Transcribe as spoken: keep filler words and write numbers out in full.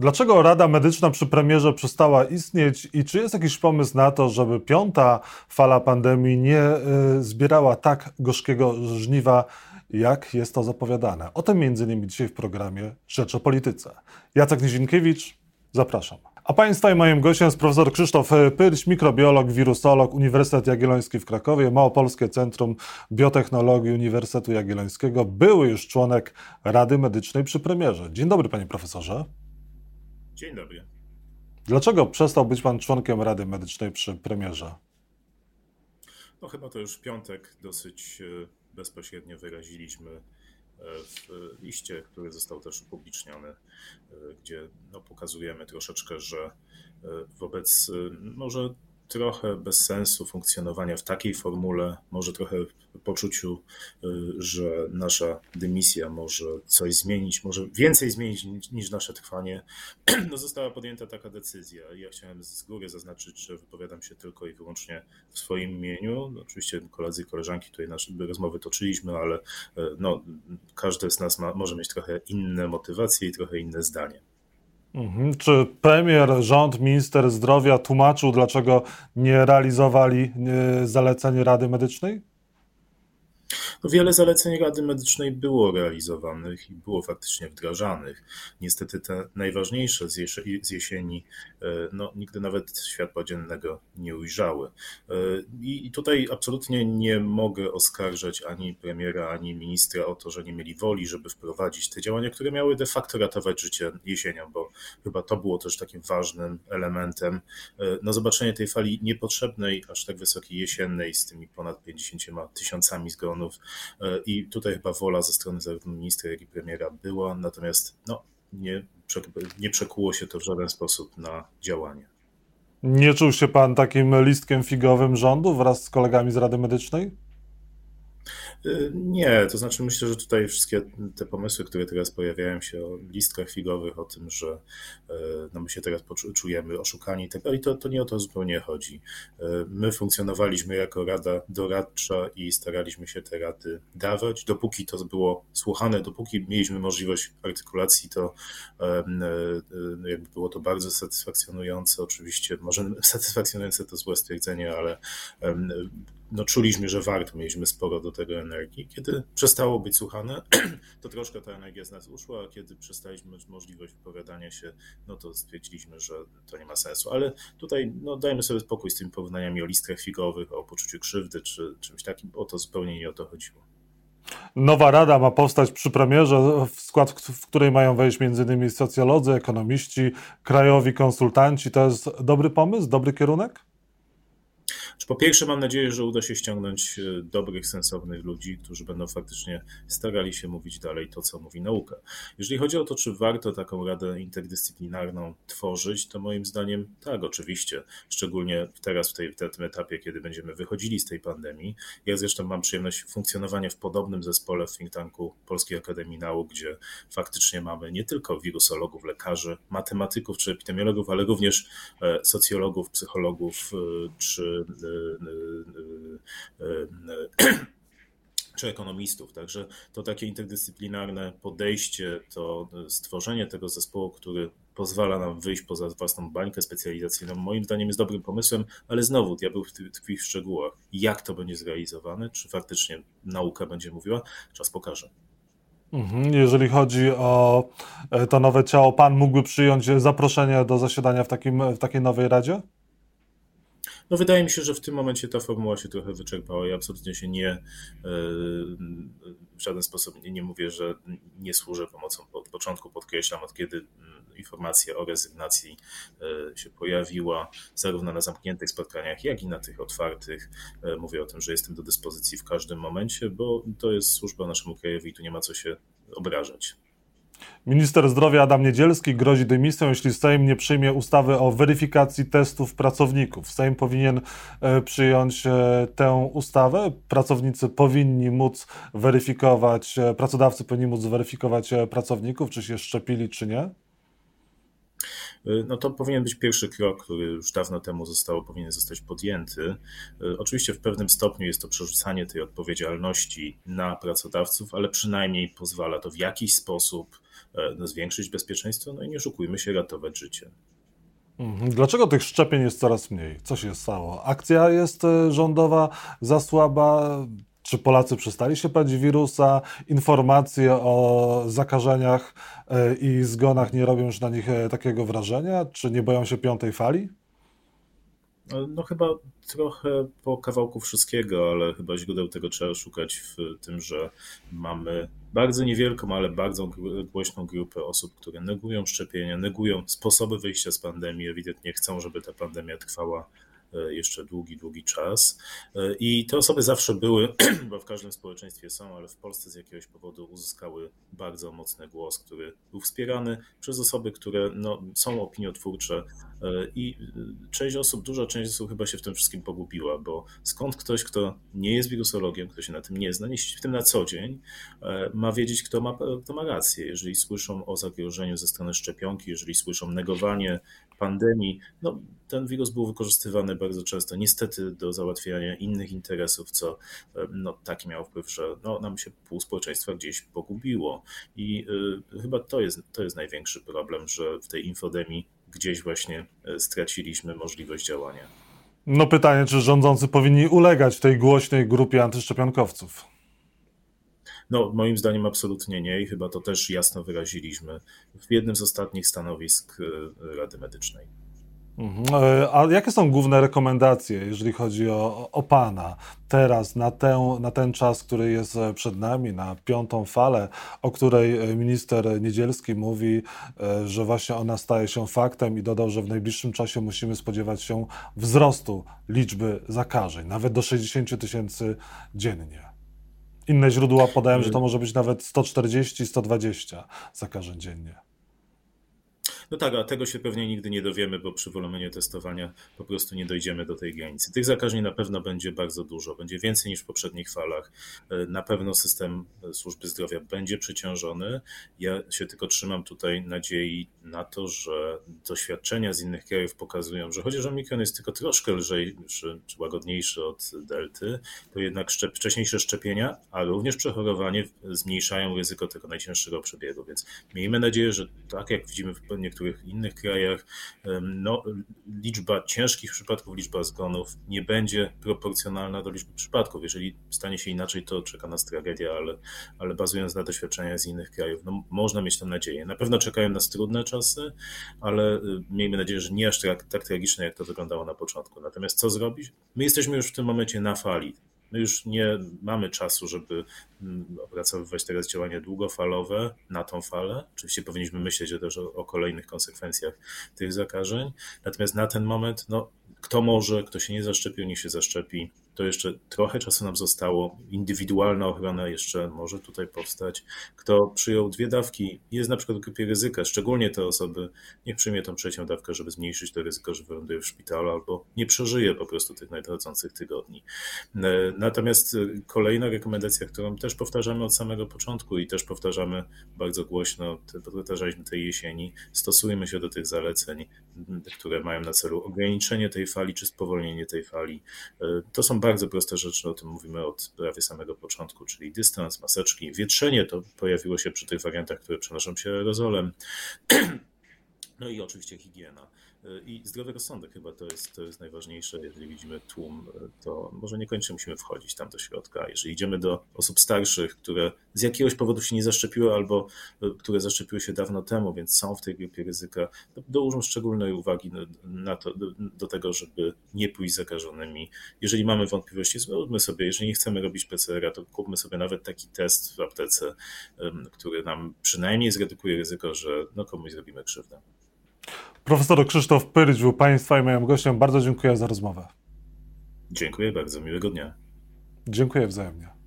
Dlaczego Rada Medyczna przy premierze przestała istnieć i czy jest jakiś pomysł na to, żeby piąta fala pandemii nie y, zbierała tak gorzkiego żniwa, jak jest to zapowiadane? O tym między innymi dzisiaj w programie Rzecz o Polityce. Jacek Nizinkiewicz, zapraszam. A Państwa i moim gościem jest profesor Krzysztof Pyrś, mikrobiolog, wirusolog, Uniwersytet Jagielloński w Krakowie, Małopolskie Centrum Biotechnologii Uniwersytetu Jagiellońskiego, były już członek Rady Medycznej przy premierze. Dzień dobry, panie profesorze. Dzień dobry. Dlaczego przestał być pan członkiem Rady Medycznej przy premierze? No chyba to już w piątek dosyć bezpośrednio wyraziliśmy w liście, który został też upubliczniony, gdzie no, pokazujemy troszeczkę, że wobec może trochę bez sensu funkcjonowania w takiej formule, może trochę poczuciu, że nasza dymisja może coś zmienić, może więcej zmienić niż nasze trwanie, no została podjęta taka decyzja. Ja chciałem z góry zaznaczyć, że wypowiadam się tylko i wyłącznie w swoim imieniu. No, oczywiście koledzy i koleżanki tutaj nasze rozmowy toczyliśmy, ale no, każdy z nas ma, może mieć trochę inne motywacje i trochę inne zdanie. Mhm. Czy premier, rząd, minister zdrowia tłumaczył, dlaczego nie realizowali zaleceń Rady Medycznej? No wiele zaleceń Rady Medycznej było realizowanych i było faktycznie wdrażanych. Niestety te najważniejsze z jesieni no, nigdy nawet światła dziennego nie ujrzały. I tutaj absolutnie nie mogę oskarżać ani premiera, ani ministra o to, że nie mieli woli, żeby wprowadzić te działania, które miały de facto ratować życie jesienią, bo chyba to było też takim ważnym elementem. No, zobaczenie tej fali niepotrzebnej, aż tak wysokiej jesiennej z tymi ponad pięćdziesięcioma tysiącami zgonów. I tutaj chyba wola ze strony zarówno ministra, jak i premiera była, natomiast no, nie, nie przekuło się to w żaden sposób na działanie. Nie czuł się pan takim listkiem figowym rządu wraz z kolegami z Rady Medycznej? Nie, to znaczy myślę, że tutaj wszystkie te pomysły, które teraz pojawiają się o listkach figowych, o tym, że no my się teraz czujemy oszukani, i to, to nie o to zupełnie chodzi. My funkcjonowaliśmy jako rada doradcza i staraliśmy się te rady dawać. Dopóki to było słuchane, dopóki mieliśmy możliwość artykulacji, to jakby było to bardzo satysfakcjonujące. Oczywiście, może satysfakcjonujące to złe stwierdzenie, ale no, czuliśmy, że warto, mieliśmy sporo do tego energii. Kiedy przestało być słuchane, to troszkę ta energia z nas uszła, a kiedy przestaliśmy mieć możliwość wypowiadania się, no to stwierdziliśmy, że to nie ma sensu. Ale tutaj no, dajmy sobie spokój z tymi porównaniami o listkach figowych, o poczuciu krzywdy czy czymś takim, bo to zupełnie nie o to chodziło. Nowa rada ma powstać przy premierze, w skład w której mają wejść między innymi socjolodzy, ekonomiści, krajowi konsultanci. To jest dobry pomysł, dobry kierunek? Po pierwsze, mam nadzieję, że uda się ściągnąć dobrych, sensownych ludzi, którzy będą faktycznie starali się mówić dalej to, co mówi nauka. Jeżeli chodzi o to, czy warto taką radę interdyscyplinarną tworzyć, to moim zdaniem tak, oczywiście. Szczególnie teraz w, tej, w tym etapie, kiedy będziemy wychodzili z tej pandemii. Ja zresztą mam przyjemność funkcjonowania w podobnym zespole w think tanku Polskiej Akademii Nauk, gdzie faktycznie mamy nie tylko wirusologów, lekarzy, matematyków czy epidemiologów, ale również socjologów, psychologów czy czy ekonomistów. Także to takie interdyscyplinarne podejście, to stworzenie tego zespołu, który pozwala nam wyjść poza własną bańkę specjalizacyjną, moim zdaniem jest dobrym pomysłem, ale znowu diabeł tkwi w szczegółach. Jak to będzie zrealizowane? Czy faktycznie nauka będzie mówiła? Czas pokaże. Jeżeli chodzi o to nowe ciało, pan mógłby przyjąć zaproszenie do zasiadania w, takim, w takiej nowej radzie? No wydaje mi się, że w tym momencie ta formuła się trochę wyczerpała. Ja absolutnie się nie, w żaden sposób nie, nie mówię, że nie służę pomocą. Od początku podkreślam, od kiedy informacja o rezygnacji się pojawiła, zarówno na zamkniętych spotkaniach, jak i na tych otwartych. Mówię o tym, że jestem do dyspozycji w każdym momencie, bo to jest służba naszemu krajowi i tu nie ma co się obrażać. Minister zdrowia Adam Niedzielski grozi dymisją, jeśli Sejm nie przyjmie ustawy o weryfikacji testów pracowników. Sejm powinien przyjąć tę ustawę. Pracownicy powinni móc weryfikować, pracodawcy powinni móc weryfikować pracowników, czy się szczepili, czy nie. No to powinien być pierwszy krok, który już dawno temu został, powinien zostać podjęty. Oczywiście w pewnym stopniu jest to przerzucanie tej odpowiedzialności na pracodawców, ale przynajmniej pozwala to w jakiś sposób no, zwiększyć bezpieczeństwo, no i nie oszukujmy się, ratować życie. Dlaczego tych szczepień jest coraz mniej? Co się stało? Akcja jest rządowa za słaba? Czy Polacy przestali się bać wirusa? Informacje o zakażeniach i zgonach nie robią już na nich takiego wrażenia? Czy nie boją się piątej fali? No chyba trochę po kawałku wszystkiego, ale chyba źródeł tego trzeba szukać w tym, że mamy bardzo niewielką, ale bardzo głośną grupę osób, które negują szczepienia, negują sposoby wyjścia z pandemii, ewidentnie chcą, żeby ta pandemia trwała jeszcze długi, długi czas. I te osoby zawsze były, bo w każdym społeczeństwie są, ale w Polsce z jakiegoś powodu uzyskały bardzo mocny głos, który był wspierany przez osoby, które no, są opiniotwórcze i część osób, duża część osób chyba się w tym wszystkim pogubiła, bo skąd ktoś, kto nie jest wirusologiem, kto się na tym nie zna, nie siedzi w tym na co dzień, ma wiedzieć, kto ma, kto ma rację. Jeżeli słyszą o zagrożeniu ze strony szczepionki, jeżeli słyszą negowanie pandemii, no ten wirus był wykorzystywany bardzo często niestety do załatwiania innych interesów, co no, taki miał wpływ, że no, nam się pół społeczeństwa gdzieś pogubiło. I y, chyba to jest, to jest największy problem, że w tej infodemii gdzieś właśnie straciliśmy możliwość działania. No pytanie, czy rządzący powinni ulegać tej głośnej grupie antyszczepionkowców? No, moim zdaniem absolutnie nie i chyba to też jasno wyraziliśmy w jednym z ostatnich stanowisk Rady Medycznej. A jakie są główne rekomendacje, jeżeli chodzi o, o Pana teraz, na, tę, na ten czas, który jest przed nami, na piątą falę, o której minister Niedzielski mówi, że właśnie ona staje się faktem i dodał, że w najbliższym czasie musimy spodziewać się wzrostu liczby zakażeń, nawet do sześćdziesiąt tysięcy dziennie. Inne źródła podają, że to może być nawet sto czterdzieści sto dwadzieścia zakażeń dziennie. No tak, a tego się pewnie nigdy nie dowiemy, bo przy wolumenie testowania po prostu nie dojdziemy do tej granicy. Tych zakażeń na pewno będzie bardzo dużo, będzie więcej niż w poprzednich falach. Na pewno system służby zdrowia będzie przeciążony. Ja się tylko trzymam tutaj nadziei na to, że doświadczenia z innych krajów pokazują, że chociaż Omikron jest tylko troszkę lżejszy czy łagodniejszy od delty, to jednak szczep, wcześniejsze szczepienia, a również przechorowanie zmniejszają ryzyko tego najcięższego przebiegu. Więc miejmy nadzieję, że tak jak widzimy w niektórych W innych krajach, no, liczba ciężkich przypadków, liczba zgonów nie będzie proporcjonalna do liczby przypadków. Jeżeli stanie się inaczej, to czeka nas tragedia, ale, ale bazując na doświadczeniach z innych krajów, no, można mieć tę nadzieję. Na pewno czekają nas trudne czasy, ale miejmy nadzieję, że nie aż tak, tak tragiczne, jak to wyglądało na początku. Natomiast co zrobić? My jesteśmy już w tym momencie na fali. My już nie mamy czasu, żeby opracowywać teraz działania długofalowe na tą falę. Oczywiście powinniśmy myśleć też o, o kolejnych konsekwencjach tych zakażeń. Natomiast na ten moment, no, kto może, kto się nie zaszczepił, niech się zaszczepi. To jeszcze trochę czasu nam zostało. Indywidualna ochrona jeszcze może tutaj powstać. Kto przyjął dwie dawki, jest na przykład w grupie ryzyka, szczególnie te osoby, niech przyjmie tą trzecią dawkę, żeby zmniejszyć to ryzyko, że wyląduje w szpitalu albo nie przeżyje po prostu tych nadchodzących tygodni. Natomiast kolejna rekomendacja, którą też powtarzamy od samego początku i też powtarzamy bardzo głośno, powtarzaliśmy tej jesieni, stosujmy się do tych zaleceń, które mają na celu ograniczenie tej fali czy spowolnienie tej fali. To są bardzo proste rzeczy, o tym mówimy od prawie samego początku, czyli dystans, maseczki, wietrzenie, to pojawiło się przy tych wariantach, które przenoszą się aerozolem. No i oczywiście higiena. I zdrowy rozsądek chyba to jest, to jest najważniejsze. Jeżeli widzimy tłum, to może niekoniecznie musimy wchodzić tam do środka. Jeżeli idziemy do osób starszych, które z jakiegoś powodu się nie zaszczepiły albo które zaszczepiły się dawno temu, więc są w tej grupie ryzyka, to dołożą szczególnej uwagi na to, do, do tego, żeby nie pójść zakażonymi. Jeżeli mamy wątpliwości, zróbmy sobie, jeżeli nie chcemy robić P C R a, to kupmy sobie nawet taki test w aptece, który nam przynajmniej zredukuje ryzyko, że no komuś zrobimy krzywdę. Profesor Krzysztof Pyryć był Państwa i moim gościem. Bardzo dziękuję za rozmowę. Dziękuję bardzo, miłego dnia. Dziękuję wzajemnie.